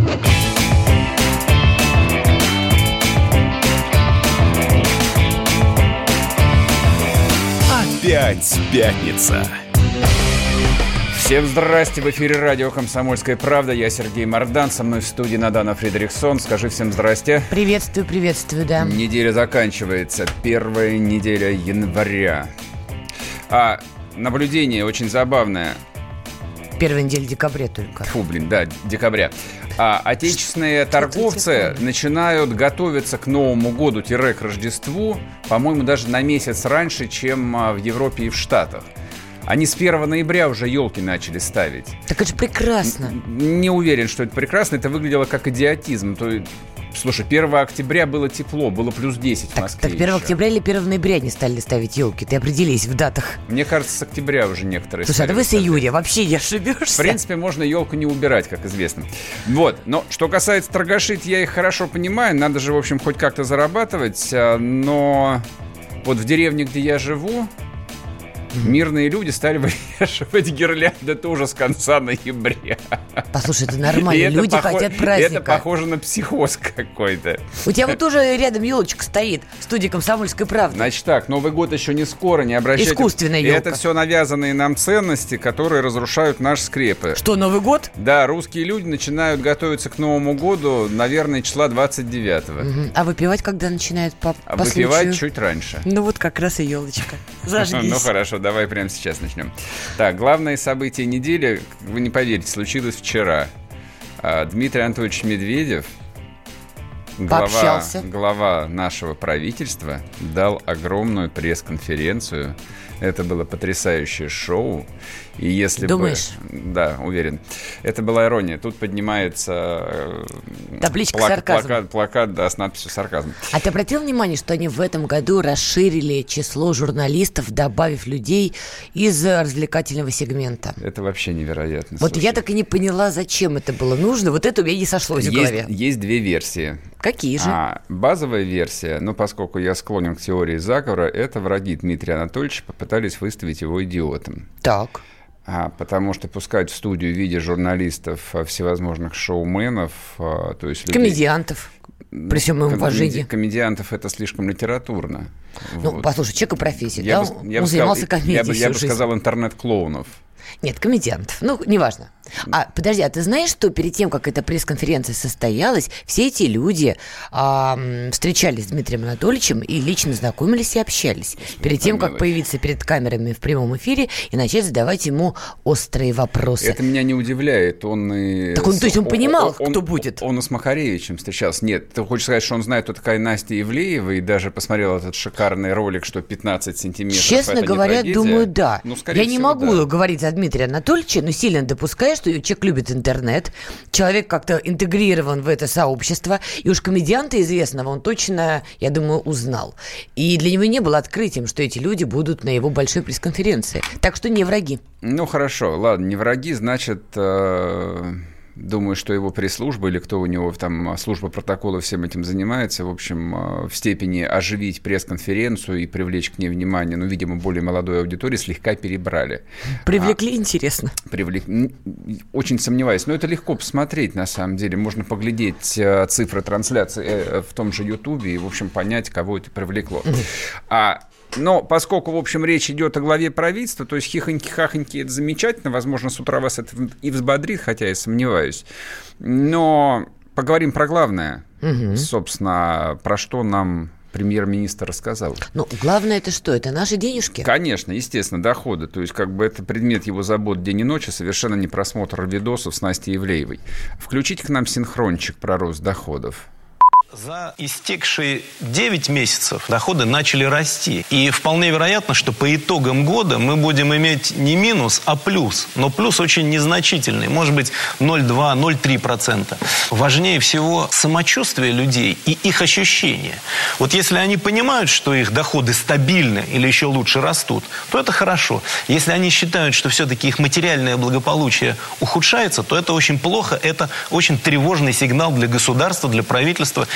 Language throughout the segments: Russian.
Опять пятница. Всем здрасте, в эфире радио «Комсомольская правда». Я Сергей Мордан, со мной в студии Надана Фридрихсон. Скажи всем здрасте. Приветствую, да. Неделя заканчивается, первая неделя января. Наблюдение очень забавное. Первая неделя декабря только. Декабря. Отечественные торговцы начинают готовиться к Новому году, к Рождеству, по-моему, даже на месяц раньше, чем в Европе и в Штатах. Они с 1 ноября уже елки начали ставить. Так это же прекрасно. Не уверен, что это прекрасно. Это выглядело как идиотизм. Слушай, 1 октября было тепло, было плюс 10 в Москве. Так 1 октября или 1 ноября не стали ставить елки? Ты определись в датах. Мне кажется, с октября уже некоторые. Слушай, а вы с июля вообще не ошибешься? В принципе, можно елку не убирать, как известно. Но что касается торгашей, я их хорошо понимаю. Надо же, в общем, хоть как-то зарабатывать. Но вот в деревне, где я живу, мирные люди стали вывешивать гирлянды тоже с конца ноября. Послушай, это нормально, люди хотят праздника. Это похоже на психоз какой-то. У тебя вот тоже рядом елочка стоит в студии «Комсомольской правды». Значит так, Новый год еще не скоро, не обращайте. Искусственная елка. Это все навязанные нам ценности, которые разрушают наши скрепы. Что, Новый год? Да, русские люди начинают готовиться к Новому году, наверное, числа 29-го. А выпивать когда начинают по выпивать случаю? Чуть раньше. Ну вот как раз и елочка. Зажгись. Ну хорошо, давай прямо сейчас начнем. Так, главное событие недели, вы не поверите, случилось вчера. Дмитрий Анатольевич Медведев, глава нашего правительства, дал огромную пресс-конференцию. Это было потрясающее шоу. И если Думаешь? Да, уверен. Это была ирония. Тут поднимается табличка сарказм. Плакат, да, с надписью «Сарказм». А ты обратил внимание, что они в этом году расширили число журналистов, добавив людей из развлекательного сегмента? Это вообще невероятно. Вот я так и не поняла, зачем это было нужно. Вот это у меня не сошлось в голове. Есть две версии. Какие же? Базовая версия, поскольку я склонен к теории заговора, это враги Дмитрия Анатольевича попытались выставить его идиотом. Так. Потому что пускать в студию в виде журналистов всевозможных шоуменов, то есть комедиантов, при всем моем уважении. Комедиантов это слишком литературно. Послушай, человек и профессия, он занимался комедией Я бы сказал интернет-клоунов. Нет, комедиантов. Неважно. Подожди, а ты знаешь, что перед тем, как эта пресс-конференция состоялась, все эти люди встречались с Дмитрием Анатольевичем и лично знакомились и общались. Перед тем, как появиться перед камерами в прямом эфире и начать задавать ему острые вопросы. Это меня не удивляет. То есть он понимал, кто будет? Он и с Махаревичем встречался. Нет, ты хочешь сказать, что он знает, кто такая Настя Ивлеева, и даже посмотрел этот шикарный ролик, что 15 сантиметров. Честно говоря, думаю, да. Я не могу говорить за Дмитрия Анатольевича, но сильно допускаю, что человек любит интернет, человек как-то интегрирован в это сообщество, и уж комедианта известного он точно, я думаю, узнал. И для него не было открытием, что эти люди будут на его большой пресс-конференции. Так что не враги. Хорошо, ладно, не враги, значит... Думаю, что его пресс-служба или кто у него там, служба протокола всем этим занимается, в общем, в степени оживить пресс-конференцию и привлечь к ней внимание, видимо, более молодой аудитории, слегка перебрали. Привлекли, интересно. Очень сомневаюсь. Но это легко посмотреть, на самом деле. Можно поглядеть цифры трансляции в том же Ютубе и, в общем, понять, кого это привлекло. Но поскольку, в общем, речь идет о главе правительства, то есть хихоньки-хахоньки – это замечательно, возможно, с утра вас это и взбодрит, хотя я сомневаюсь. Но поговорим про главное, собственно, про что нам премьер-министр рассказал. Главное это что? Это наши денежки? Конечно, естественно, доходы. То есть, это предмет его забот день и ночь, совершенно не просмотр видосов с Настей Ивлеевой. Включите к нам синхрончик про рост доходов. За истекшие 9 месяцев доходы начали расти. И вполне вероятно, что по итогам года мы будем иметь не минус, а плюс. Но плюс очень незначительный, может быть 0,2-0,3%. Важнее всего самочувствие людей и их ощущения. Вот если они понимают, что их доходы стабильны или еще лучше растут, то это хорошо. Если они считают, что все-таки их материальное благополучие ухудшается, то это очень плохо, это очень тревожный сигнал для государства, для правительства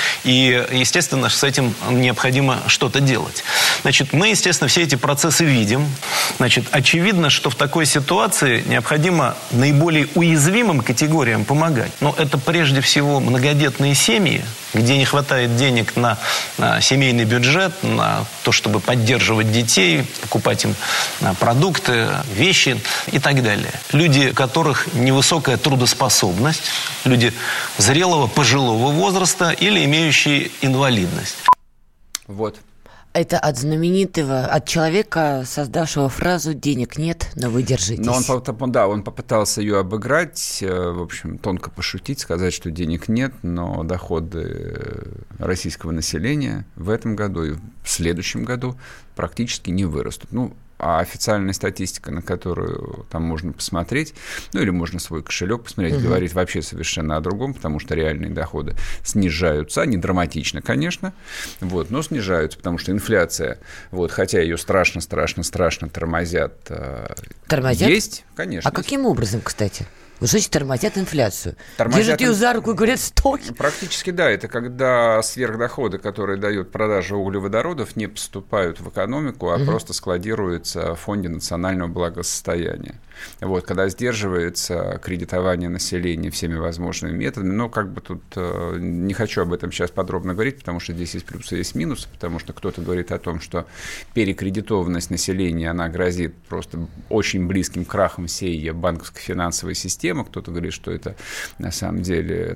И, естественно, с этим необходимо что-то делать. Значит, мы, естественно, все эти процессы видим. Значит, очевидно, что в такой ситуации необходимо наиболее уязвимым категориям помогать. Но это прежде всего многодетные семьи, где не хватает денег на семейный бюджет, на то, чтобы поддерживать детей, покупать им продукты, вещи и так далее. Люди, у которых невысокая трудоспособность, люди зрелого пожилого возраста или имеющие инвалидность. Вот. Это от знаменитого, от человека, создавшего фразу «денег нет, но вы держитесь». Но он попытался ее обыграть, в общем, тонко пошутить, сказать, что денег нет, но доходы российского населения в этом году и в следующем году практически не вырастут. А официальная статистика, на которую там можно посмотреть, или можно свой кошелек посмотреть, говорит вообще совершенно о другом, потому что реальные доходы снижаются, не драматично, конечно, но снижаются, потому что инфляция, хотя ее страшно тормозят. Тормозят? Есть, конечно. А каким образом, кстати? Вы что, тормозят инфляцию? Держат ее за руку и говорят «стой». Практически да. Это когда сверхдоходы, которые дает продажа углеводородов, не поступают в экономику, а просто складируются в фонде национального благосостояния. Когда сдерживается кредитование населения всеми возможными методами, тут не хочу об этом сейчас подробно говорить, потому что здесь есть плюсы и есть минусы, потому что кто-то говорит о том, что перекредитованность населения, она грозит просто очень близким крахом всей банковской финансовой системы, кто-то говорит, что это на самом деле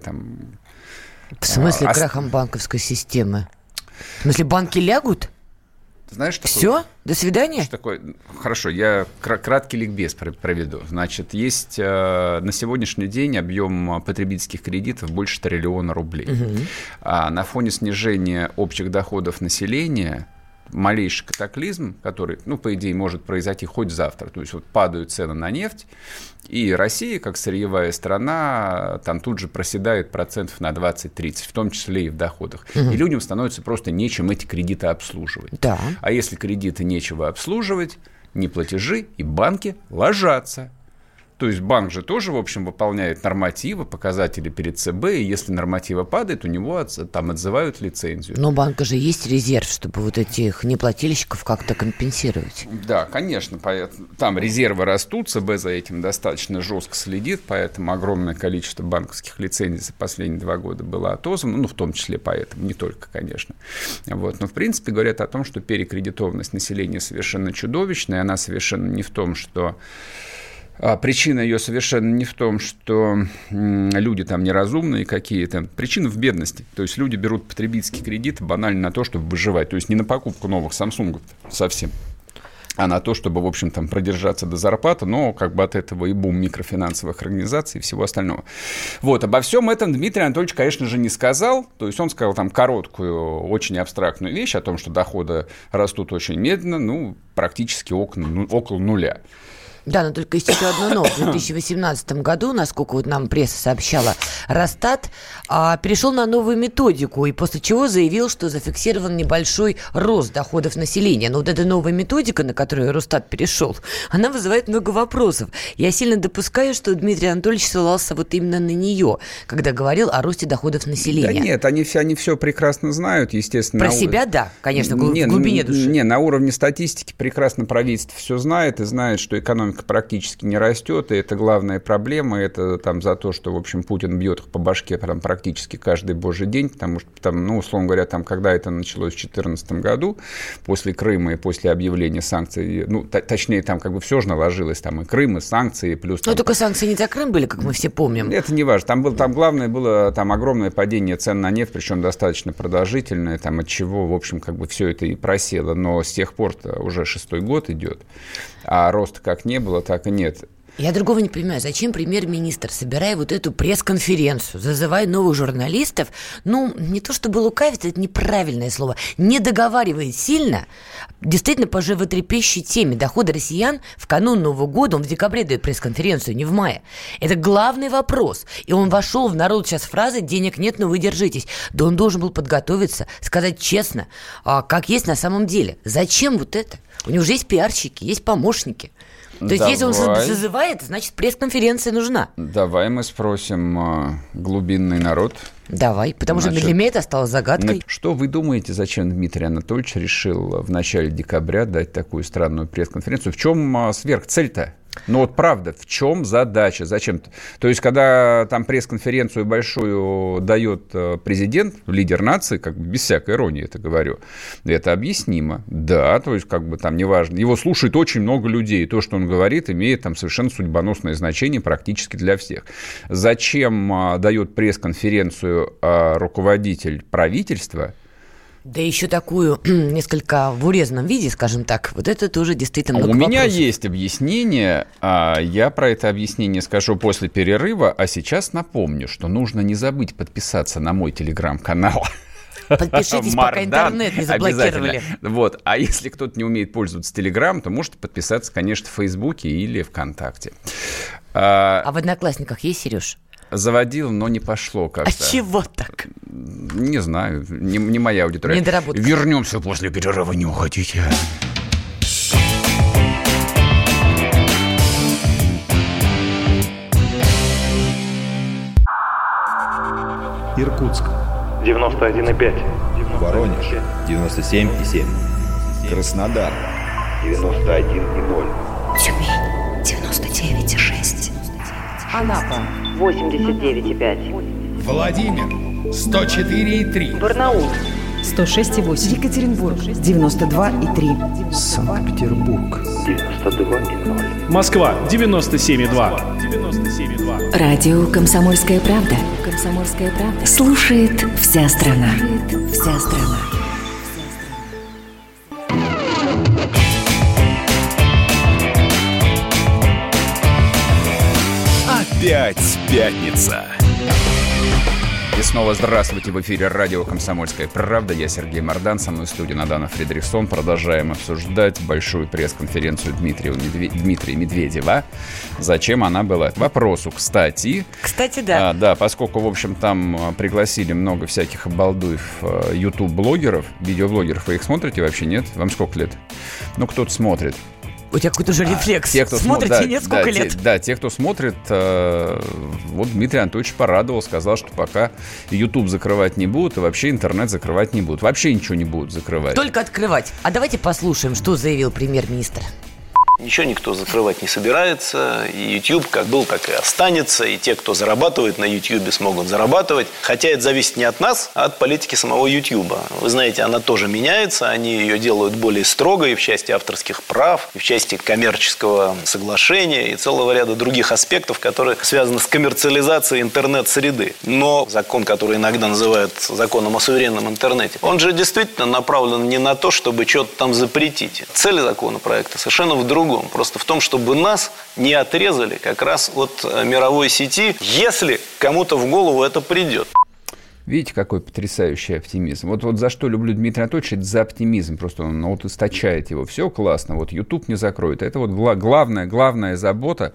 В смысле крахом банковской системы? В смысле банки лягут? Знаешь, что все? До свидания? Что такое? Хорошо, я краткий ликбез проведу. Значит, есть на сегодняшний день объем потребительских кредитов больше 1 триллиона рублей. А на фоне снижения общих доходов населения малейший катаклизм, который, по идее, может произойти хоть завтра, то есть падают цены на нефть, и Россия, как сырьевая страна, там тут же проседает процентов на 20-30, в том числе и в доходах. И людям становится просто нечем эти кредиты обслуживать. Да. А если кредиты нечего обслуживать, не платежи, и банки ложатся. То есть банк же тоже, в общем, выполняет нормативы, показатели перед ЦБ, и если нормативы падают, у него там отзывают лицензию. Но у банка же есть резерв, чтобы этих неплательщиков как-то компенсировать. Да, конечно, там резервы растут, ЦБ за этим достаточно жестко следит, поэтому огромное количество банковских лицензий за последние 2 года было отозвано, в том числе поэтому, не только, конечно. Но, в принципе, говорят о том, что перекредитованность населения совершенно чудовищная, она совершенно не в том, что... Причина ее совершенно не в том, что люди там неразумные какие-то. Причина в бедности. То есть люди берут потребительские кредиты банально на то, чтобы выживать. То есть не на покупку новых Samsung совсем, а на то, чтобы, в общем, там продержаться до зарплаты, но от этого и бум микрофинансовых организаций и всего остального. Обо всем этом Дмитрий Анатольевич, конечно же, не сказал. То есть он сказал там короткую, очень абстрактную вещь о том, что доходы растут очень медленно, практически около нуля. Да, но только есть еще одно но. В 2018 году, насколько нам пресса сообщала, Росстат перешел на новую методику, и после чего заявил, что зафиксирован небольшой рост доходов населения. Но эта новая методика, на которую Росстат перешел, она вызывает много вопросов. Я сильно допускаю, что Дмитрий Анатольевич ссылался именно на нее, когда говорил о росте доходов населения. Да нет, они все прекрасно знают, естественно. Про себя, да, конечно, в глубине души. На уровне статистики прекрасно правительство все знает и знает, что экономика практически не растет, и это главная проблема, это за то, что, в общем, Путин бьет их по башке практически каждый божий день, потому что, условно говоря, когда это началось в 2014 году, после Крыма и после объявления санкций, точнее, все же наложилось, и Крым, и санкции, плюс... только санкции не за Крым были, как мы все помним. Это не важно, главное было огромное падение цен на нефть, причем достаточно продолжительное, от чего, в общем, все это и просело, но с тех пор уже 6-й год идет, а роста как не было, так и нет. Я другого не понимаю, зачем премьер-министр, собирая эту пресс-конференцию, зазывая новых журналистов, не то чтобы лукавить, это неправильное слово, не договаривает сильно, действительно по животрепещущей теме дохода россиян в канун Нового года, он в декабре дает пресс-конференцию, не в мае. Это главный вопрос, и он вошел в народ сейчас фразой «денег нет, но вы держитесь». Да он должен был подготовиться, сказать честно, как есть на самом деле. Зачем это? У него же есть пиарщики, есть помощники. То есть, если он зазывает, значит, пресс-конференция нужна. Давай мы спросим глубинный народ, Давай, потому что для меня это стало загадкой. Что вы думаете, зачем Дмитрий Анатольевич решил в начале декабря дать такую странную пресс-конференцию? В чем сверхцель-то? Ну вот правда, в чем задача? Зачем? То есть, когда там пресс-конференцию большую дает президент, лидер нации, как бы без всякой иронии это говорю, это объяснимо. Да, то есть, как бы там неважно. Его слушает очень много людей. То, что он говорит, имеет там совершенно судьбоносное значение практически для всех. Зачем дает пресс-конференцию руководитель правительства? Да еще такую несколько в урезанном виде, скажем так. Вот это тоже действительно много вопросов. У меня есть объяснение. Я про это объяснение скажу после перерыва. А сейчас напомню, что нужно не забыть подписаться на мой телеграм-канал. Подпишитесь, пока интернет не заблокировали. Вот. А если кто-то не умеет пользоваться Телеграм, то можете подписаться, конечно, в Фейсбуке или ВКонтакте. А в Одноклассниках есть, Сереж? Заводил, но не пошло как-то. А чего так? Не знаю, не моя аудитория. Недоработка. Вернемся после перерыва, не уходите. Иркутск 91,5. Воронеж 97,7. Краснодар 91,0. Тюмень 99,6. Анапа 89,5. Владимир 104,3. Барнаул 106,8. Екатеринбург 92,3. Санкт-Петербург 92,0. Москва 97,2. Радио «Комсомольская правда». «Комсомольская правда». Слушает вся страна. Вся страна. Опять пятница. И снова здравствуйте. В эфире радио «Комсомольская правда». Я Сергей Мордан, со мной в студии Надана Фридрихсон. Продолжаем обсуждать большую пресс-конференцию Дмитрия Медведева. Зачем она была? К вопросу, кстати, да. Да, поскольку, в общем, там пригласили много всяких обалдуев YouTube-блогеров, видеоблогеров. Вы их смотрите вообще, нет? Вам сколько лет? Ну, кто-то смотрит. У тебя какой-то уже рефлекс. Те, кто смотрите, нет, сколько лет? Те, кто смотрит, вот Дмитрий Анатольевич порадовал, сказал, что пока YouTube закрывать не будут, и вообще интернет закрывать не будут. Вообще ничего не будут закрывать. Только открывать. А давайте послушаем, что заявил премьер-министр. Ничего никто закрывать не собирается. И YouTube как был, так и останется. И те, кто зарабатывает на YouTube, смогут зарабатывать. Хотя это зависит не от нас, а от политики самого YouTube. Вы знаете, она тоже меняется. Они ее делают более строгой в части авторских прав, и в части коммерческого соглашения и целого ряда других аспектов, которые связаны с коммерциализацией интернет-среды. Но закон, который иногда называют законом о суверенном интернете, он же действительно направлен не на то, чтобы что-то там запретить. Цель законопроекта совершенно в другом. Просто в том, чтобы нас не отрезали как раз от мировой сети, если кому-то в голову это придет. Видите, какой потрясающий оптимизм. Вот за что люблю Дмитрия Анатольевича, это за оптимизм. Просто он вот источает его. Все классно, вот YouTube не закроет. Это вот главная забота,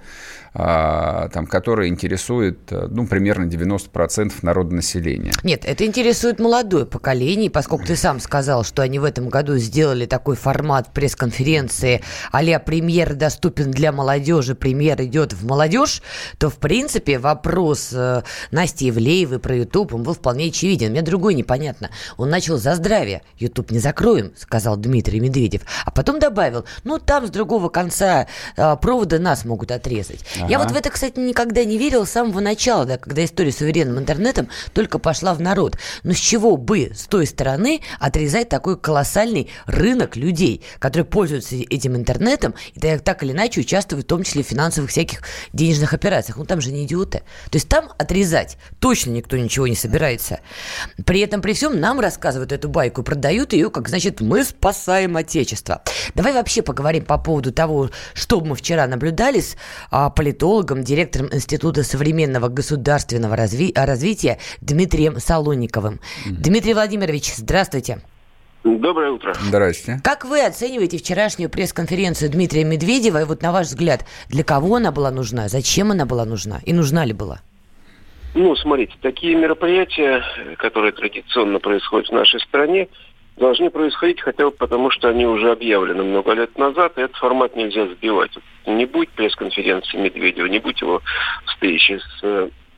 там, которая интересует, примерно 90% народонаселения. Нет, это интересует молодое поколение, поскольку ты сам сказал, что они в этом году сделали такой формат пресс-конференции а-ля «Премьер доступен для молодежи, премьер идет в молодежь», то, в принципе, вопрос Насти Ивлеевой про YouTube, он был вполне очевиден. Мне другой непонятно. Он начал за здравие. YouTube не закроем, сказал Дмитрий Медведев. А потом добавил, там с другого конца провода нас могут отрезать. Ага. Я вот в это, кстати, никогда не верил с самого начала, да, когда история с суверенным интернетом только пошла в народ. Но с чего бы с той стороны отрезать такой колоссальный рынок людей, которые пользуются этим интернетом и так или иначе участвуют в том числе в финансовых всяких денежных операциях. Там же не идиоты. То есть там отрезать точно никто ничего не собирается. При этом, при всем, нам рассказывают эту байку, продают ее, как, значит, мы спасаем Отечество. Давай вообще поговорим по поводу того, что мы вчера наблюдали с политологом, директором Института современного государственного развития Дмитрием Солонниковым. Дмитрий Владимирович, здравствуйте. Доброе утро. Здравствуйте. Как вы оцениваете вчерашнюю пресс-конференцию Дмитрия Медведева? И вот на ваш взгляд, для кого она была нужна, зачем она была нужна и нужна ли была? Смотрите, такие мероприятия, которые традиционно происходят в нашей стране, должны происходить хотя бы потому, что они уже объявлены много лет назад, и этот формат нельзя сбивать. Не будь пресс-конференции Медведева, не будь его встречи с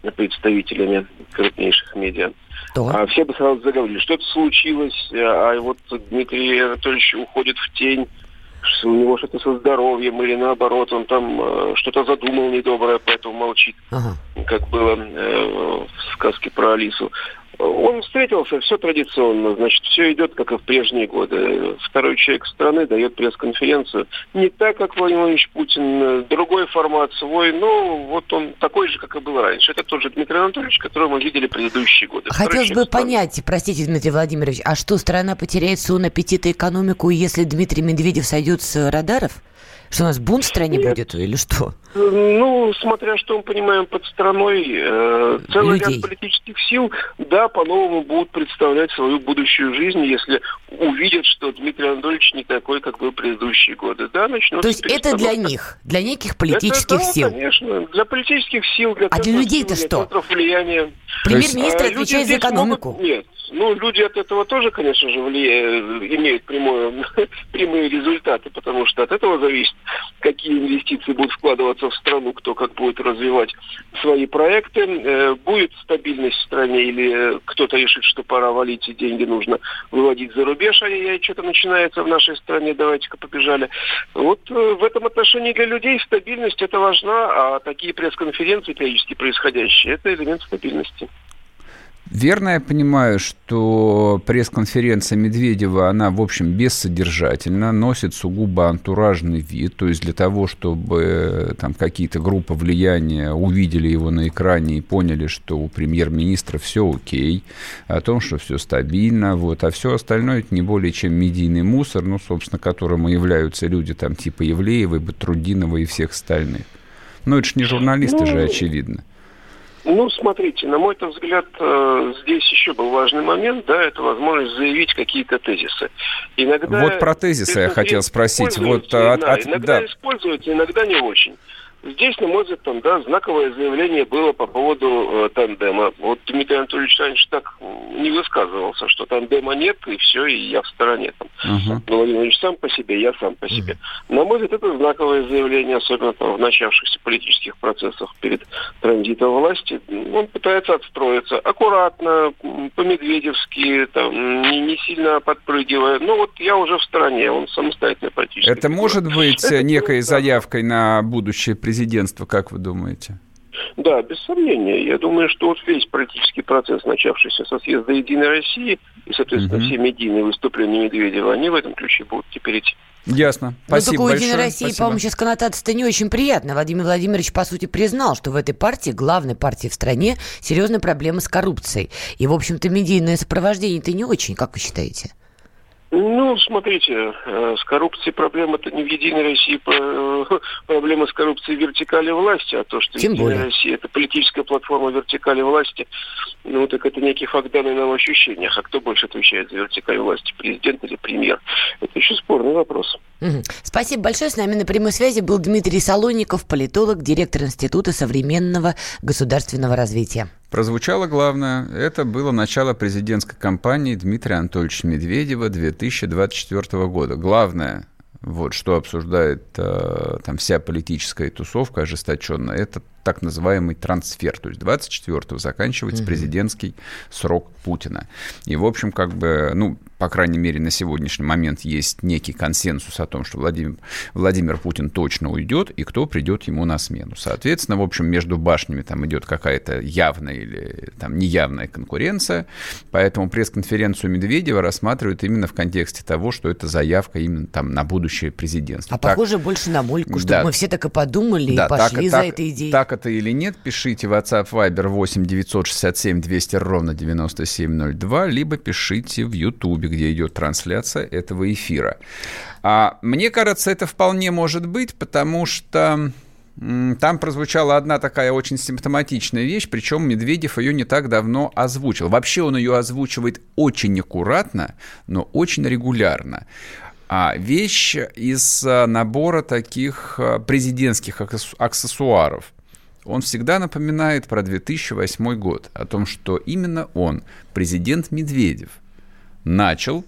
представителями крупнейших медиа. А все бы сразу заговорили, что-то случилось, а вот Дмитрий Анатольевич уходит в тень, что у него что-то со здоровьем или наоборот, он там что-то задумал недоброе, поэтому молчит, как было в сказке про Алису. Он встретился, все традиционно, значит, все идет, как и в прежние годы. Второй человек страны дает пресс-конференцию. Не так, как Владимир Владимирович Путин, другой формат свой, но вот он такой же, как и был раньше. Это тот же Дмитрий Анатольевич, которого мы видели предыдущие годы. Хотелось бы понять, простите, Дмитрий Владимирович, а что, страна потеряет сон, аппетит и экономику, если Дмитрий Медведев сойдет с радаров? Что у нас бунт в стране будет или что? Ну, смотря что мы понимаем под страной, целый ряд политических сил, да, по-новому будут представлять свою будущую жизнь, если увидят, что Дмитрий Анатольевич не такой, как был в предыдущие годы. Да, начнут. То есть это для них, для неких политических сил? Да, конечно, для политических сил, для для людей-то что? Центров влияния. Премьер-министр отвечает за экономику. Нет. Ну, люди от этого тоже, конечно же, имеют прямые результаты, потому что от этого зависит, какие инвестиции будут вкладываться в страну, кто как будет развивать свои проекты. Будет стабильность в стране или кто-то решит, что пора валить и деньги нужно выводить за рубеж, что-то начинается в нашей стране, давайте-ка побежали. Вот в этом отношении для людей стабильность это важна, а такие пресс-конференции периодически происходящие, это элемент стабильности. Верно я понимаю, что пресс-конференция Медведева, она, в общем, бессодержательна, носит сугубо антуражный вид, то есть для того, чтобы там какие-то группы влияния увидели его на экране и поняли, что у премьер-министра все окей, о том, что все стабильно, вот, а все остальное это не более чем медийный мусор, ну, собственно, которым являются люди там типа Ивлеевой, Батрутдинова и всех остальных. Ну, это же не журналисты же, очевидно. Ну, смотрите, на мой взгляд, здесь еще был важный момент, да, это возможность заявить какие-то тезисы. Иногда вот про тезисы я хотел спросить. Вот, иногда используются, иногда не очень. Здесь, на мой взгляд, там, да, знаковое заявление было по поводу тандема. Вот Дмитрий Анатольевич раньше так не высказывался, что тандема нет, и все, и я в стороне. Там. Владимир Владимирович сам по себе, я сам по себе. На мой взгляд, это знаковое заявление, особенно там, в начавшихся политических процессах перед транзитом власти. Он пытается отстроиться аккуратно, по-медведевски, там, не сильно подпрыгивая. Ну, вот я уже в стороне, он самостоятельно политически. Это может быть некой заявкой на будущее президентство, как вы думаете? Да, без сомнения. Я думаю, что вот весь политический процесс, начавшийся со съезда «Единой России», и, соответственно, все медийные выступления Медведева, они в этом ключе будут теперь идти. Ясно. Спасибо большое. Но только у «Единой России», по-моему, сейчас коннотация-то не очень приятная. Владимир Владимирович, по сути, признал, что в этой партии, главной партии в стране, серьезные проблемы с коррупцией. И, в общем-то, медийное сопровождение-то не очень, как вы считаете? Ну, смотрите, с коррупцией проблема-то не в «Единой России», проблема с коррупцией в вертикали власти, а то, что «Единая Россия» — это политическая платформа вертикали власти, ну, так это некий факт, данный нам в ощущениях. А кто больше отвечает за вертикаль власти, президент или премьер? Это еще спорный вопрос. Спасибо большое. С нами на прямой связи был Дмитрий Солонников, политолог, директор Института современного государственного развития. Прозвучало главное. Это было начало президентской кампании Дмитрия Анатольевича Медведева 2024 года. Главное, вот, что обсуждает там вся политическая тусовка ожесточенная, это так называемый трансфер. То есть 24-го заканчивается президентский срок Путина. И, в общем, как бы, ну, по крайней мере, на сегодняшний момент есть некий консенсус о том, что Владимир Путин точно уйдет, и кто придет ему на смену. Соответственно, в общем, между башнями там идет какая-то явная или там неявная конкуренция, поэтому пресс-конференцию Медведева рассматривают именно в контексте того, что это заявка именно там на будущее президентство. А похоже больше на мульку, чтобы мы все так и подумали и пошли за этой идеей. Так это или нет, пишите WhatsApp, Viber 8 967 200 ровно 9702, либо пишите в Ютубе, где идет трансляция этого эфира. Мне кажется, это вполне может быть, потому что там прозвучала одна такая очень симптоматичная вещь, причем Медведев ее не так давно озвучил. Вообще он ее озвучивает очень аккуратно, но очень регулярно. Вещь из набора таких президентских аксессуаров. Он всегда напоминает про 2008 год, о том, что именно он, президент Медведев, начал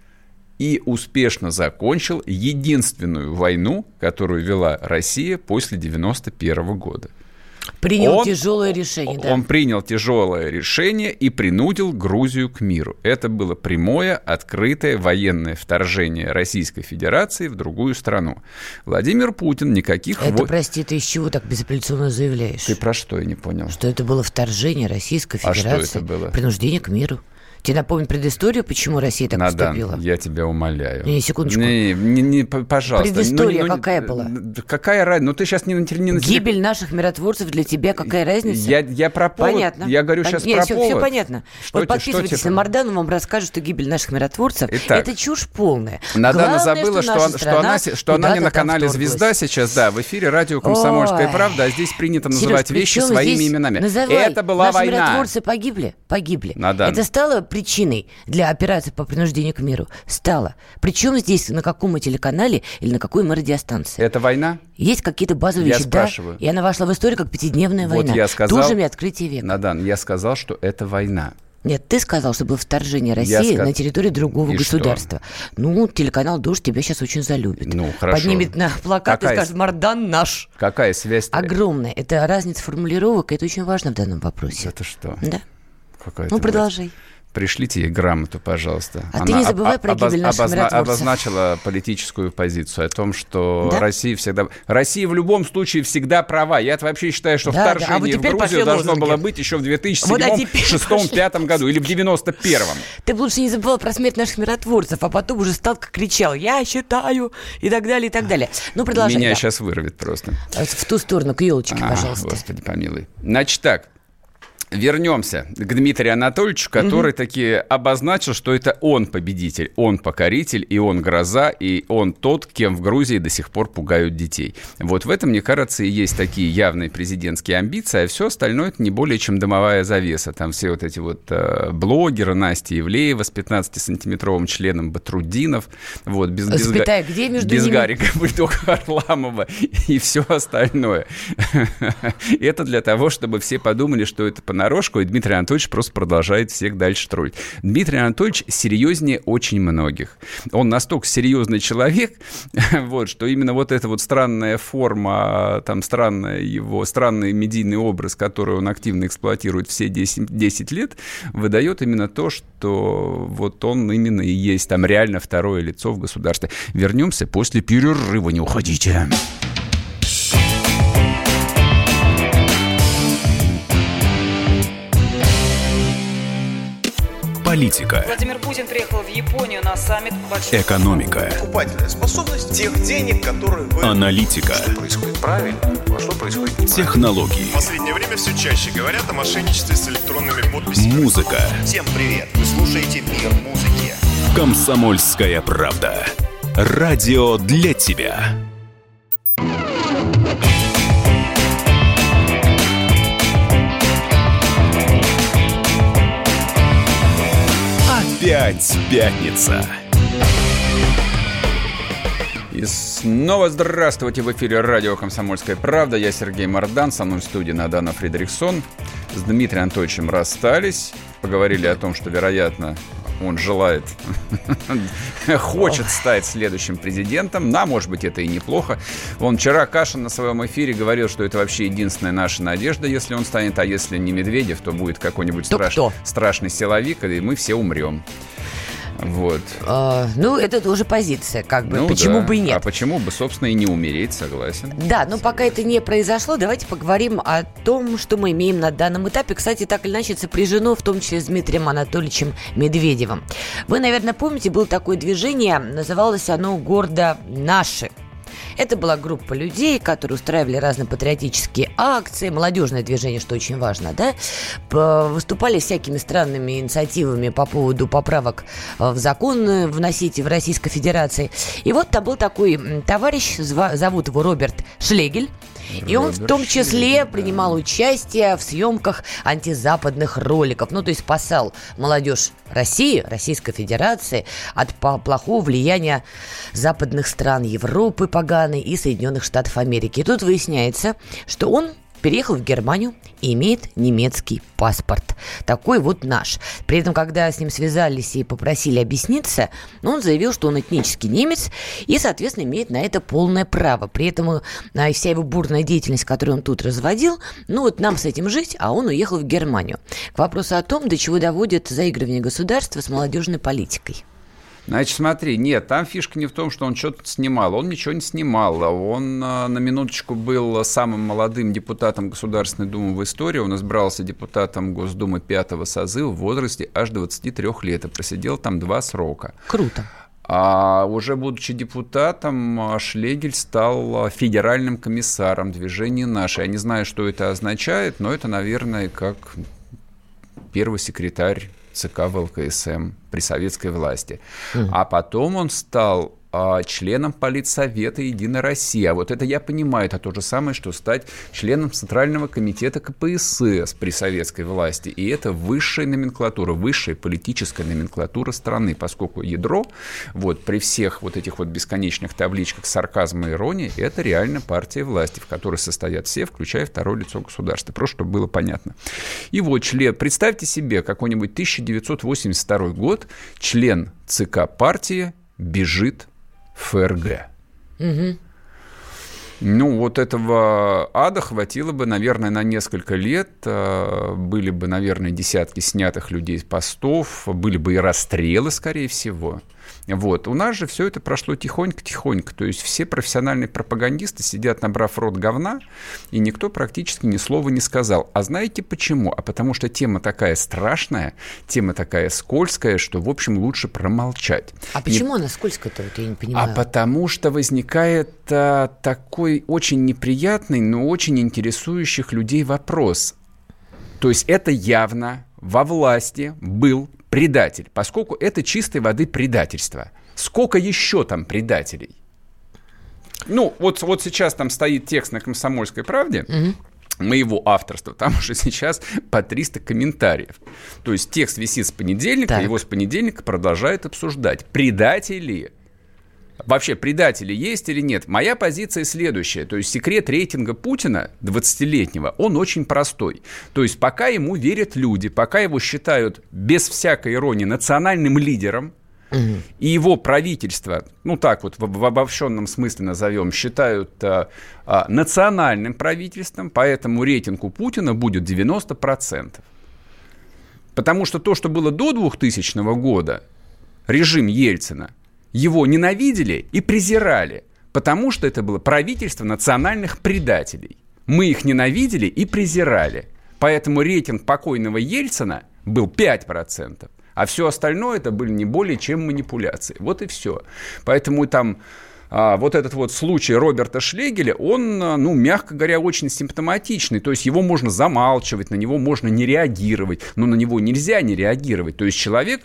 и успешно закончил единственную войну, которую вела Россия после 1991 года. Принял тяжелое решение, да. Он принял тяжелое решение и принудил Грузию к миру. Это было прямое, открытое военное вторжение Российской Федерации в другую страну. Владимир Путин никаких... Прости, ты из чего так безапелляционно заявляешь? Ты про что, я не понял? Что это было вторжение Российской Федерации. А что это было? Принуждение к миру. Тебе напомнить предысторию, почему Россия так поступила? Я тебя умоляю. Не, секундочку. Пожалуйста. Предыстория какая была? Какая разница? Ну, ты сейчас не... Гибель наших миротворцев для тебя какая разница? Я про повод. Понятно. Я говорю сейчас про повод. Все понятно. Вот подписывайтесь на Мардана, вам расскажут, что гибель наших миротворцев – это чушь полная. Надана забыла, что она не на канале «Звезда» сейчас, да, в эфире радио «Комсомольская правда», а здесь принято называть вещи своими именами. Это была война. Наши миротворцы погибли. Это стало причиной для операции по принуждению к миру? Стало. Причем здесь, на каком мы телеканале или на какой мы радиостанции? Это война? Есть какие-то базовые вещи, да. И она вошла в историю как пятидневная война. Я сказал, тужами открытия века. Надан, я сказал, что это война. Нет, ты сказал, что было вторжение России на территории другого государства. Что? Ну, телеканал «Дождь» тебя сейчас очень залюбит. Ну, хорошо. Поднимет на плакат и скажет: «Мардан наш». Какая связь? Огромная. Это разница формулировок, и это очень важно в данном вопросе. Это что? Да. Какая-то продолжай. Пришлите ей грамоту, пожалуйста. Ты не забывай про гибель наших миротворцев. Обозначила политическую позицию о том, что Россия в любом случае всегда права. Я вообще считаю, что вторжение в Грузию должно было быть еще в 2007, 2006, 2005 году или в 91-м. Ты бы лучше не забывал про смерть наших миротворцев, а потом уже стал кричал: «Я считаю», и так далее, и так далее. Ну, продолжай. Меня сейчас вырвет просто. В ту сторону, к елочке, пожалуйста. Господи помилуй. Значит так. Вернемся к Дмитрию Анатольевичу, который таки обозначил, что это он победитель, он покоритель, и он гроза, и он тот, кем в Грузии до сих пор пугают детей. Вот в этом, мне кажется, и есть такие явные президентские амбиции, а все остальное это не более чем дымовая завеса. Там все вот эти вот блогеры, Настя Ивлеева с 15-сантиметровым членом Батрудинов, вот, без Гарика Бульдога Харламова и все остальное. Это для того, чтобы все подумали, что это понарошку, и Дмитрий Анатольевич просто продолжает всех дальше троллить. Дмитрий Анатольевич серьезнее очень многих. Он настолько серьезный человек, вот, что именно вот эта вот странная форма, там, странный медийный образ, который он активно эксплуатирует все 10 лет, выдает именно то, что вот он именно и есть там реально второе лицо в государстве. Вернемся после перерыва, не уходите. Политика. Владимир Путин приехал в Японию на саммит большой... Экономика. Покупательная способность тех денег, которые вы... Аналитика. Что происходит правильно, а что происходит неправильно. Технологии. В последнее время все чаще говорят о мошенничестве с электронными подписями. Музыка. Всем привет. Вы слушаете «Мир музыки». Комсомольская правда. Радио для тебя. Опять пятница. И снова здравствуйте, в эфире радио «Комсомольская правда». Я Сергей Мардан, со мной в студии Надана Фридрихсон. С Дмитрием Анатольевичем расстались, поговорили о том, что, вероятно, он хочет стать следующим президентом. Может быть, это и неплохо. Вчера Кашин на своем эфире говорил, что это вообще единственная наша надежда, если он станет. А если не Медведев, то будет какой-нибудь страшный силовик, и мы все умрем. Вот. Это тоже позиция, почему бы и нет. А почему бы, собственно, и не умереть, согласен. Да, но пока это не произошло, давайте поговорим о том, что мы имеем на данном этапе. Кстати, так или иначе сопряжено, в том числе с Дмитрием Анатольевичем Медведевым. Вы, наверное, помните, было такое движение, называлось оно гордо «Наши». Это была группа людей, которые устраивали разные патриотические акции, молодежное движение, что очень важно, да, выступали всякими странными инициативами по поводу поправок в закон вносить в Российской Федерации. И вот там был такой товарищ, зовут его Роберт Шлегель, и он в том числе принимал участие в съемках антизападных роликов. То есть спасал молодежь России, Российской Федерации от плохого влияния западных стран Европы поганой и Соединенных Штатов Америки. И тут выясняется, что он переехал в Германию и имеет немецкий паспорт. Такой вот наш. При этом, когда с ним связались и попросили объясниться, он заявил, что он этнический немец и, соответственно, имеет на это полное право. При этом вся его бурная деятельность, которую он тут разводил, нам с этим жить, а он уехал в Германию. К вопросу о том, до чего доводит заигрывание государства с молодежной политикой. Значит, смотри, нет, там фишка не в том, что он что-то снимал. Он ничего не снимал. Он, на минуточку, был самым молодым депутатом Государственной Думы в истории. Он избрался депутатом Госдумы 5-го созыва в возрасте аж 23 лет. И просидел там 2 срока. Круто. А уже будучи депутатом, Шлегель стал федеральным комиссаром движения «Наше». Я не знаю, что это означает, но это, наверное, как первый секретарь ЦК ВЛКСМ при советской власти. А потом он стал членом Политсовета «Единой России». А вот это я понимаю, это то же самое, что стать членом Центрального комитета КПСС при советской власти. И это высшая номенклатура, высшая политическая номенклатура страны, поскольку ядро, при всех вот этих вот бесконечных табличках сарказма и иронии, это реально партия власти, в которой состоят все, включая второе лицо государства. Просто чтобы было понятно. И вот представьте себе какой-нибудь 1982 год, член ЦК партии бежит в ФРГ. Вот этого ада хватило бы, наверное, на несколько лет. Были бы, наверное, десятки снятых людей с постов, были бы и расстрелы, скорее всего. У нас же все это прошло тихонько-тихонько. То есть все профессиональные пропагандисты сидят, набрав рот говна, и никто практически ни слова не сказал. А знаете почему? А потому что тема такая страшная, тема такая скользкая, что, в общем, лучше промолчать. А почему она скользкая-то? Я не понимаю. А потому что возникает такой очень неприятный, но очень интересующих людей вопрос. То есть это явно во власти был предатель, поскольку это чистой воды предательство. Сколько еще там предателей? Вот сейчас там стоит текст на «Комсомольской правде», моего авторства, там уже сейчас по 300 комментариев. То есть текст висит с понедельника, его с понедельника продолжают обсуждать. Предатели. Вообще, предатели есть или нет? Моя позиция следующая. То есть секрет рейтинга Путина, 20-летнего, он очень простой. То есть пока ему верят люди, пока его считают без всякой иронии национальным лидером, и его правительство, так вот в обобщенном смысле назовем, считают национальным правительством, поэтому рейтинг у Путина будет 90%. Потому что то, что было до 2000 года, режим Ельцина, его ненавидели и презирали, потому что это было правительство национальных предателей. Мы их ненавидели и презирали. Поэтому рейтинг покойного Ельцина был 5%, а все остальное это были не более чем манипуляции. Вот и все. Поэтому там вот этот вот случай Роберта Шлегеля, он, мягко говоря, очень симптоматичный. То есть его можно замалчивать, на него можно не реагировать, но на него нельзя не реагировать. То есть человек,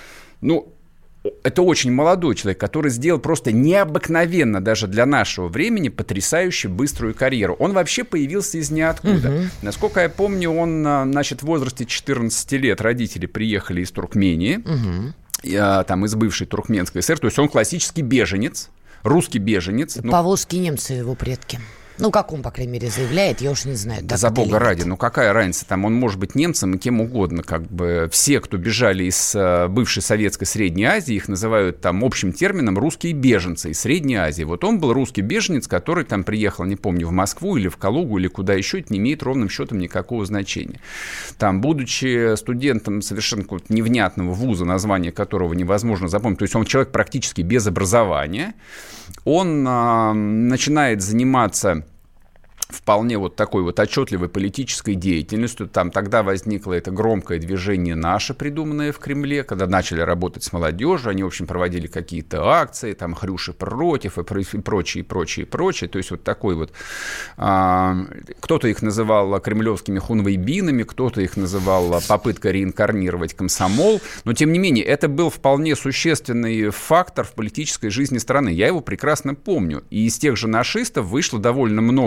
это очень молодой человек, который сделал просто необыкновенно даже для нашего времени потрясающе быструю карьеру. Он вообще появился из ниоткуда. Насколько я помню, он, в возрасте 14 лет родители приехали из Туркмении, там из бывшей Туркменской ССР. То есть он классический беженец, русский беженец. Поволжские немцы его предки. Как он, по крайней мере, заявляет, я уж не знаю. Да за бога ради, какая разница, там он может быть немцем и кем угодно, все, кто бежали из бывшей советской Средней Азии, их называют там общим термином русские беженцы из Средней Азии. Вот он был русский беженец, который там приехал, не помню, в Москву или в Калугу или куда еще, это не имеет ровным счетом никакого значения. Там, будучи студентом совершенно невнятного вуза, название которого невозможно запомнить, то есть он человек практически без образования, он начинает заниматься вполне вот такой вот отчетливой политической деятельностью. Там тогда возникло это громкое движение «Наше», придуманное в Кремле, когда начали работать с молодежью, они, в общем, проводили какие-то акции, там, «Хрюши против» и прочее. То есть вот такой вот... кто-то их называл кремлевскими хунвейбинами, кто-то их называл попыткой реинкарнировать комсомол, но, тем не менее, это был вполне существенный фактор в политической жизни страны. Я его прекрасно помню. И из тех же нашистов вышло довольно много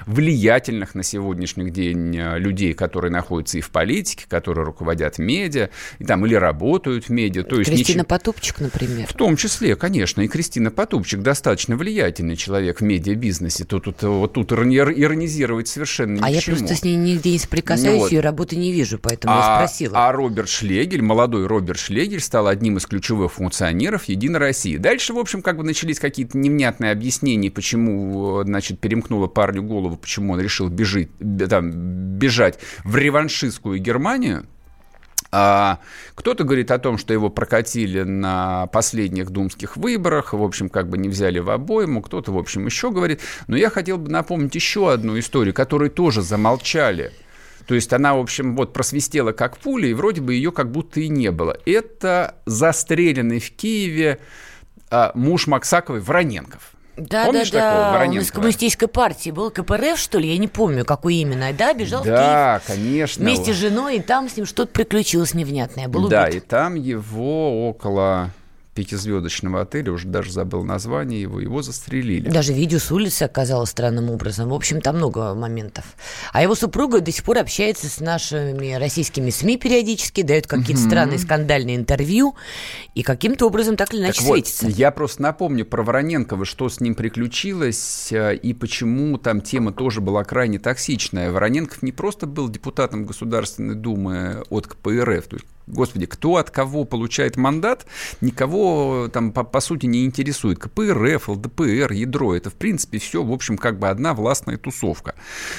влиятельных на сегодняшний день людей, которые находятся и в политике, которые руководят медиа, и там, или работают в медиа. То есть Кристина Потупчик, например. В том числе, конечно, и Кристина Потупчик достаточно влиятельный человек в медиабизнесе. Тут иронизировать совершенно ни к чему. Я просто с ней нигде не соприкасаюсь, ее работы не вижу, поэтому я спросила. А Роберт Шлегель, молодой Роберт Шлегель, стал одним из ключевых функционеров «Единой России». Дальше, в общем, как бы начались какие-то невнятные объяснения, почему, значит, перемкнуло парню голову, почему он решил бежать в реваншистскую Германию. Кто-то говорит о том, что его прокатили на последних думских выборах, в общем, как бы не взяли в обойму, кто-то, в общем, еще говорит. Но я хотел бы напомнить еще одну историю, которую тоже замолчали. То есть она, в общем, вот просвистела как пуля, и вроде бы ее как будто и не было. Это застреленный в Киеве муж Максаковой Вороненков. Помнишь такого Вороненкова? Он из коммунистической партии был, КПРФ, что ли? Я не помню, какой именно. Да, бежал в Киев. Да, конечно. Вместе с женой, и там с ним что-то приключилось невнятное. Был да, убит. И там его около 5-звездочного отеля, уже даже забыл название его застрелили. Даже видео с улицы оказалось странным образом. В общем, там много моментов. А его супруга до сих пор общается с нашими российскими СМИ периодически, дает какие-то странные скандальные интервью, и каким-то образом так или иначе светится. Я просто напомню про Вороненкова, что с ним приключилось, и почему там тема тоже была крайне токсичная. Вороненков не просто был депутатом Государственной Думы от КПРФ, то есть, господи, кто от кого получает мандат, никого там по сути не интересует. КПРФ, ЛДПР, ядро, это в принципе все, в общем, как бы одна властная тусовка.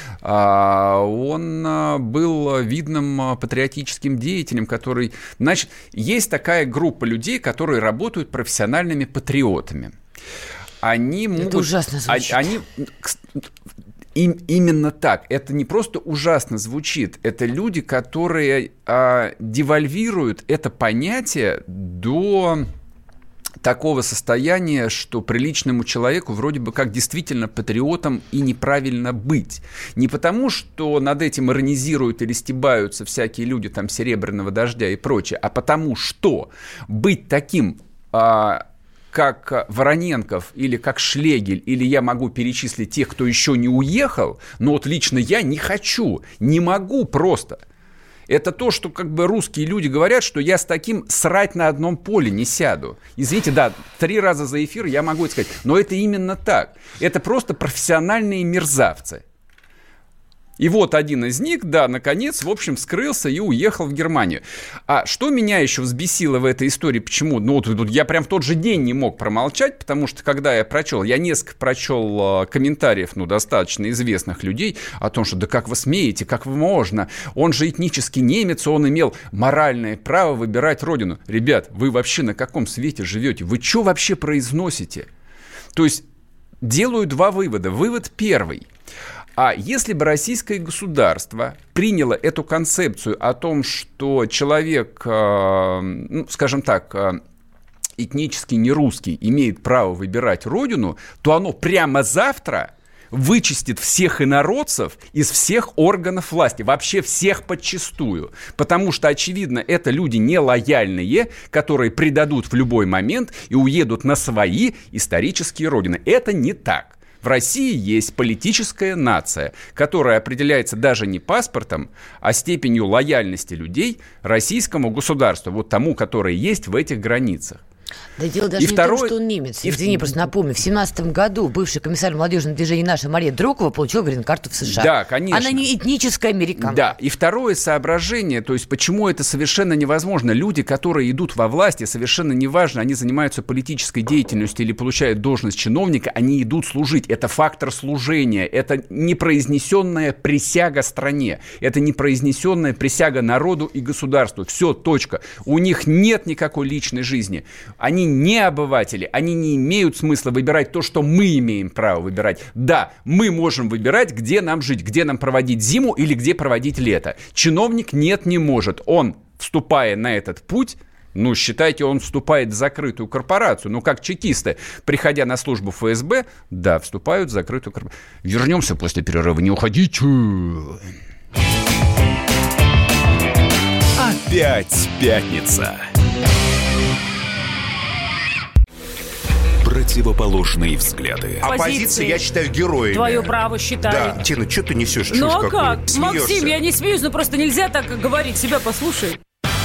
Он был видным патриотическим деятелем, который... Значит, есть такая группа людей, которые работают профессиональными патриотами. Они могут... Это ужасно звучит. Именно так. Это не просто ужасно звучит. Это люди, которые девальвируют это понятие до такого состояния, что приличному человеку вроде бы как действительно патриотом и неправильно быть. Не потому, что над этим иронизируют или стебаются всякие люди там Серебряного дождя и прочее, а потому что быть таким... как Вороненков или как Шлегель, или я могу перечислить тех, кто еще не уехал, но вот лично я не хочу, не могу просто. Это то, что как бы русские люди говорят, что я с таким срать на одном поле не сяду. Извините, да, 3 раза за эфир я могу это сказать, но это именно так. Это просто профессиональные мерзавцы. И вот один из них, да, наконец, в общем, скрылся и уехал в Германию. А что меня еще взбесило в этой истории? Почему? Ну, вот я прям в тот же день не мог промолчать, потому что, когда я несколько прочел комментариев, достаточно известных людей о том, что да как вы смеете, как можно, он же этнический немец, он имел моральное право выбирать родину. Ребят, вы вообще на каком свете живете? Вы что вообще произносите? То есть, делаю 2 вывода. Вывод первый. А если бы российское государство приняло эту концепцию о том, что человек, скажем так, этнически нерусский имеет право выбирать родину, то оно прямо завтра вычистит всех инородцев из всех органов власти, вообще всех подчистую. Потому что, очевидно, это люди нелояльные, которые предадут в любой момент и уедут на свои исторические родины. Это не так. В России есть политическая нация, которая определяется даже не паспортом, а степенью лояльности людей российскому государству, вот тому, которое есть в этих границах. Да дело даже не в том, что он немец. Извини, просто напомню, в 2017 году бывший комиссар молодежного движения «Наша» Мария Дрокова получила грин-карту в США. Да, конечно. Она не этническая американка. Да, и второе соображение, то есть почему это совершенно невозможно. Люди, которые идут во власть, совершенно неважно, они занимаются политической деятельностью или получают должность чиновника, они идут служить. Это фактор служения, это непроизнесенная присяга стране, это непроизнесенная присяга народу и государству. Все, точка. У них нет никакой личной жизни. Они не обыватели, они не имеют смысла выбирать то, что мы имеем право выбирать. Да, мы можем выбирать, где нам жить, где нам проводить зиму или где проводить лето. Чиновник нет, не может. Он, вступая на этот путь, считайте, он вступает в закрытую корпорацию. Как чекисты, приходя на службу ФСБ, да, вступают в закрытую корпорацию. Вернемся после перерыва, не уходите. Опять пятница. противоположные взгляды. Оппозиция, я считаю, героями. Твое право считаю. Да, Тина, что ты несешь? Ну а как? Максим, я не смеюсь, но просто нельзя так говорить. Себя послушай.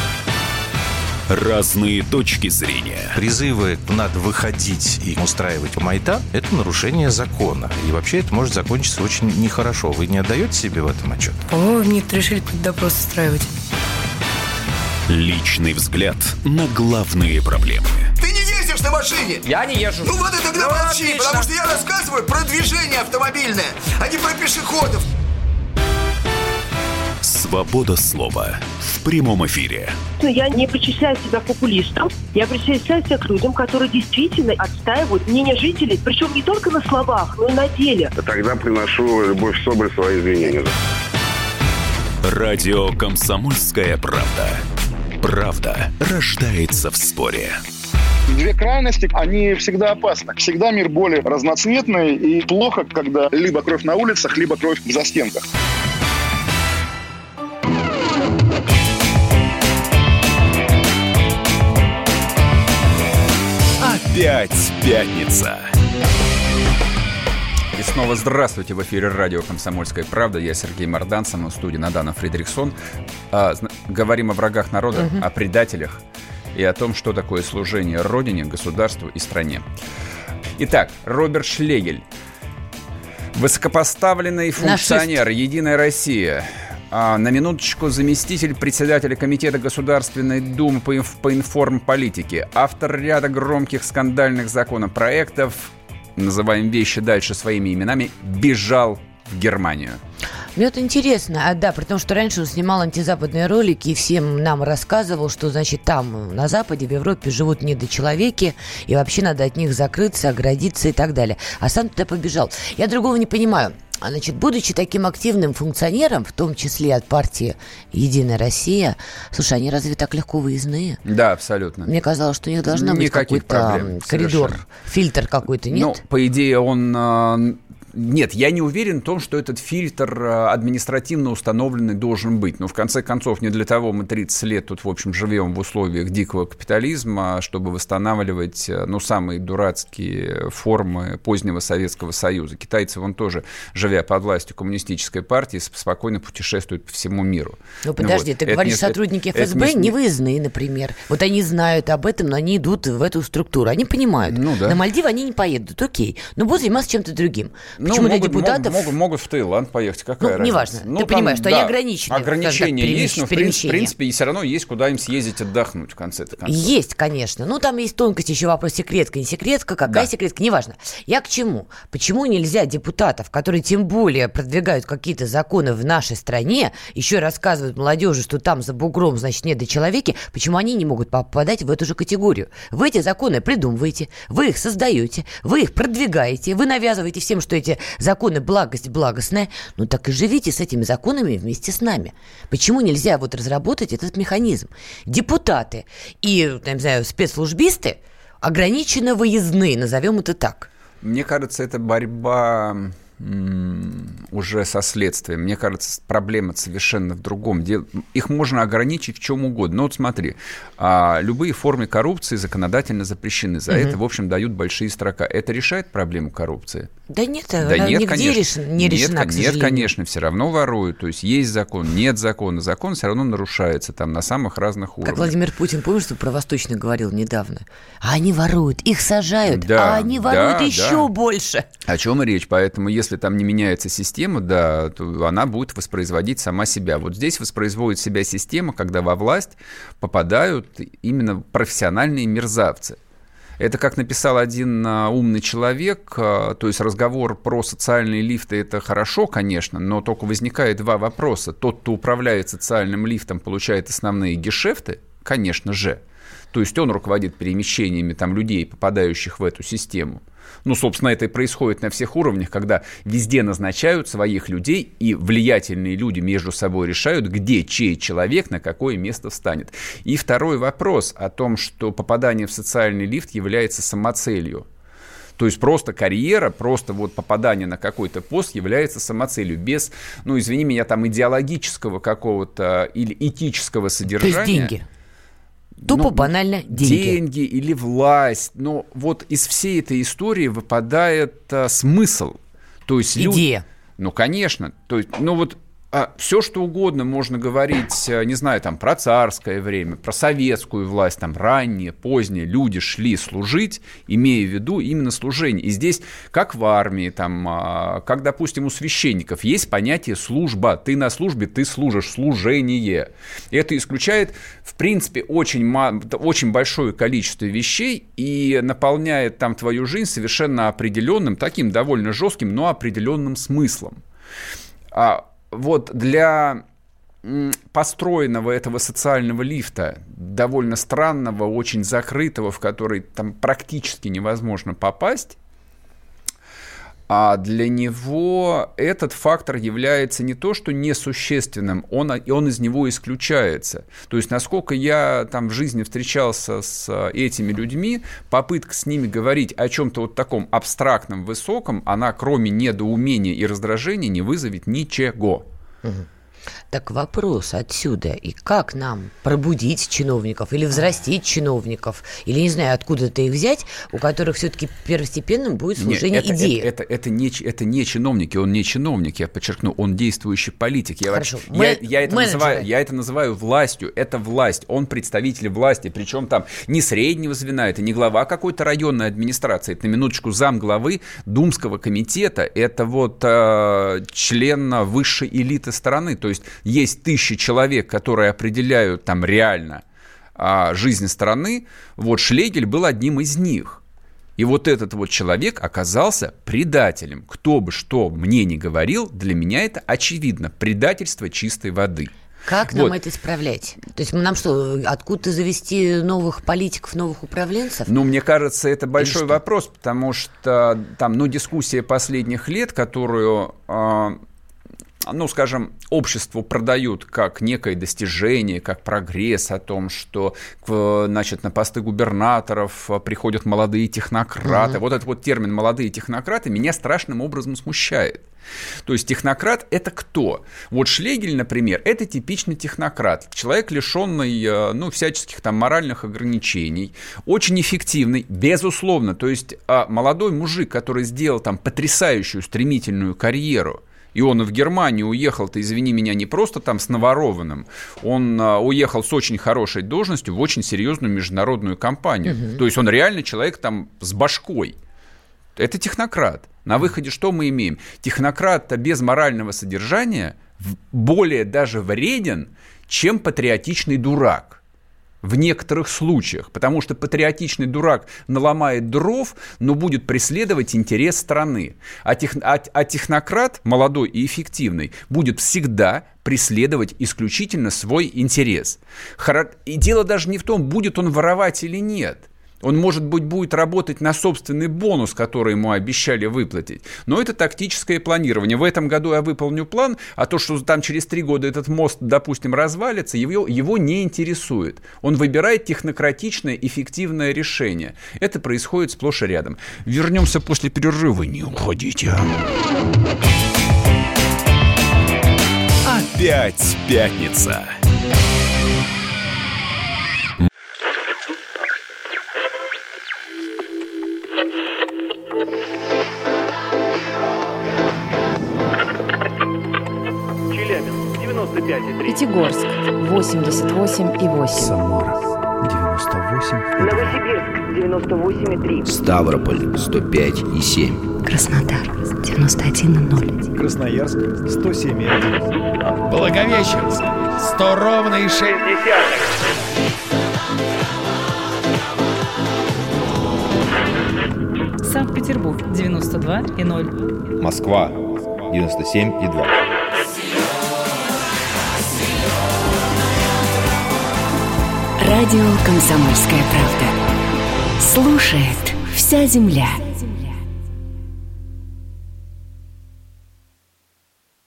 Разные точки зрения. Призывы «надо выходить и устраивать Майдан» — это нарушение закона. И вообще это может закончиться очень нехорошо. Вы не отдаете себе в этом отчет? Нет, решили допрос устраивать. Личный взгляд на главные проблемы. Ты не ездишь на машине? Я не езжу. Ну вот и тогда молчи, потому что я рассказываю про движение автомобильное, а не про пешеходов. Свобода слова в прямом эфире. Я не причисляю себя к популистам. Я причисляю себя к людям, которые действительно отстаивают мнение жителей. Причем не только на словах, но и на деле. Тогда приношу Любовь Соболь свои извинения. Радио «Комсомольская правда». Правда рождается в споре. Две крайности, они всегда опасны. Всегда мир более разноцветный, и плохо, когда либо кровь на улицах, либо кровь в застенках. Опять пятница. И снова здравствуйте. В эфире радио «Комсомольская правда». Я Сергей Мордан, со мной в студии Надана Фридрихсон. Говорим о врагах народа, о предателях и о том, что такое служение Родине, государству и стране. Итак, Роберт Шлегель, высокопоставленный функционер «Единая Россия». На минуточку, заместитель председателя Комитета Государственной Думы по информполитике, автор ряда громких скандальных законопроектов, называем вещи дальше своими именами, бежал в Германию. Мне вот интересно, да, при том, что раньше он снимал антизападные ролики и всем нам рассказывал, что, значит, там, на Западе, в Европе живут недочеловеки, и вообще надо от них закрыться, оградиться и так далее. А сам туда побежал. Я другого не понимаю. Значит, будучи таким активным функционером, в том числе от партии «Единая Россия», слушай, они разве так легко выездные? Да, абсолютно. Мне казалось, что у них должна быть какой-то коридор, совершенно. Фильтр какой-то, нет? Ну, по идее, он... Нет, я не уверен в том, что этот фильтр административно установленный должен быть. Но, в конце концов, не для того мы 30 лет тут, в общем, живем в условиях дикого капитализма, чтобы восстанавливать, самые дурацкие формы позднего Советского Союза. Китайцы, вон тоже, живя под властью коммунистической партии, спокойно путешествуют по всему миру. Ну, подожди, ты говоришь, сотрудники ФСБ не выездные, например. Вот они знают об этом, но они идут в эту структуру. Они понимают. Да. На Мальдивы они не поедут, окей. Но будут заниматься чем-то другим. Почему для депутатов... Могут в Таиланд поехать, какая разница? Неважно, ты понимаешь, что они ограничены. Ограничения есть, но в принципе и все равно есть куда им съездить отдохнуть в конце-то концов. Есть, конечно. Там есть тонкость, еще вопрос секретка, не секретка, какая секретка, неважно. Я к чему? Почему нельзя депутатов, которые тем более продвигают какие-то законы в нашей стране, еще рассказывают молодежи, что там за бугром, значит, недочеловеки, почему они не могут попадать в эту же категорию? Вы эти законы придумываете, вы их создаете, вы их продвигаете, вы навязываете всем, что эти законы благость благостная, так и живите с этими законами вместе с нами. Почему нельзя разработать этот механизм? Депутаты и, не знаю, спецслужбисты ограниченно выездные, назовем это так. Мне кажется, это борьба уже со следствием. Мне кажется, проблема совершенно в другом. Их можно ограничить в чем угодно. смотри, любые формы коррупции законодательно запрещены. За это, в общем, дают большие строка. Это решает проблему коррупции? Да нет, она нигде не решена, к сожалению. Нет, конечно, все равно воруют. То есть есть закон, нет закона. Закон все равно нарушается там на самых разных уровнях. Как Владимир Путин, помнишь, что про Восточных говорил недавно? А они воруют, их сажают, а они воруют еще больше. О чем и речь? Поэтому, если там не меняется система, то она будет воспроизводить сама себя. Вот здесь воспроизводит себя система, когда во власть попадают именно профессиональные мерзавцы. Это, как написал один умный человек, то есть разговор про социальные лифты – это хорошо, конечно, но только возникает два вопроса. Тот, кто управляет социальным лифтом, получает основные гешефты, конечно же. То есть он руководит перемещениями людей, попадающих в эту систему. Собственно, это и происходит на всех уровнях, когда везде назначают своих людей, и влиятельные люди между собой решают, где чей человек на какое место встанет. И второй вопрос о том, что попадание в социальный лифт является самоцелью. То есть просто карьера, просто попадание на какой-то пост является самоцелью, без, извини меня, идеологического какого-то или этического содержания. То есть деньги? Тупо банально деньги или власть. Но вот из всей этой истории выпадает смысл. То есть идея. Ну, конечно. То есть, ну вот все, что угодно можно говорить, не знаю, там, про царское время, про советскую власть, там, ранние, поздние люди шли служить, имея в виду именно служение. И здесь, как в армии, там, как, допустим, у священников, есть понятие служба. Ты на службе, ты служишь, служение. И это исключает, в принципе, очень большое количество вещей и наполняет там твою жизнь совершенно определенным, таким довольно жестким, но определенным смыслом. Вот для построенного этого социального лифта, довольно странного, очень закрытого, в который там практически невозможно попасть, а для него этот фактор является не то, что несущественным, он из него исключается. То есть, насколько я там в жизни встречался с этими людьми, попытка с ними говорить о чем-то вот таком абстрактном, высоком, она кроме недоумения и раздражения не вызовет ничего. Так вопрос отсюда. И как нам пробудить чиновников или взрастить чиновников, или, не знаю, откуда-то их взять, у которых все-таки первостепенным будет служение идеи? Это не чиновники, он не чиновник, я подчеркну, он действующий политик. Я это называю властью, это власть, он представитель власти, причем там не среднего звена, это не глава какой-то районной администрации, это на минуточку замглавы Думского комитета, это вот член высшей элиты страны, то есть 1000 человек, которые определяют там реально жизнь страны, вот Шлегель был одним из них. И вот этот вот человек оказался предателем. Кто бы что мне ни говорил, для меня это очевидно. Предательство чистой воды. Как нам это исправлять? То есть нам что, откуда-то завести новых политиков, новых управленцев? Ну, мне кажется, это большой вопрос, потому что там, дискуссия последних лет, которую... скажем, обществу продают как некое достижение, как прогресс о том, что, значит, на посты губернаторов приходят молодые технократы. Вот этот вот термин «молодые технократы» меня страшным образом смущает. То есть технократ – это кто? Вот Шлегель, например, это типичный технократ. Человек, лишенный всяческих там моральных ограничений, очень эффективный, безусловно. То есть молодой мужик, который сделал там потрясающую стремительную карьеру, и он в Германию уехал-то, извини меня, не просто там с наворованным, он уехал с очень хорошей должностью в очень серьезную международную компанию. То есть он реально человек там с башкой. Это технократ. На выходе что мы имеем? Технократ-то без морального содержания более даже вреден, чем патриотичный дурак. В некоторых случаях, потому что патриотичный дурак наломает дров, но будет преследовать интерес страны. А технократ, молодой и эффективный, будет всегда преследовать исключительно свой интерес. И дело даже не в том, будет он воровать или нет. Он, может быть, будет работать на собственный бонус, который ему обещали выплатить. Но это тактическое планирование. В этом году я выполню план, а то, что там через 3 года этот мост, допустим, развалится, его не интересует. Он выбирает технократичное, эффективное решение. Это происходит сплошь и рядом. Вернемся после перерыва. Не уходите. Опять пятница. Пятигорск 88,8. Самара 98,2. Новосибирск 98,3. Ставрополь 105,7. Краснодар 91,0. Красноярск 107,1. Благовещенск 100 ровно и 6 десятых. Санкт-Петербург 92,0. Москва 97,2. Радио «Комсомольская правда». Слушает вся земля.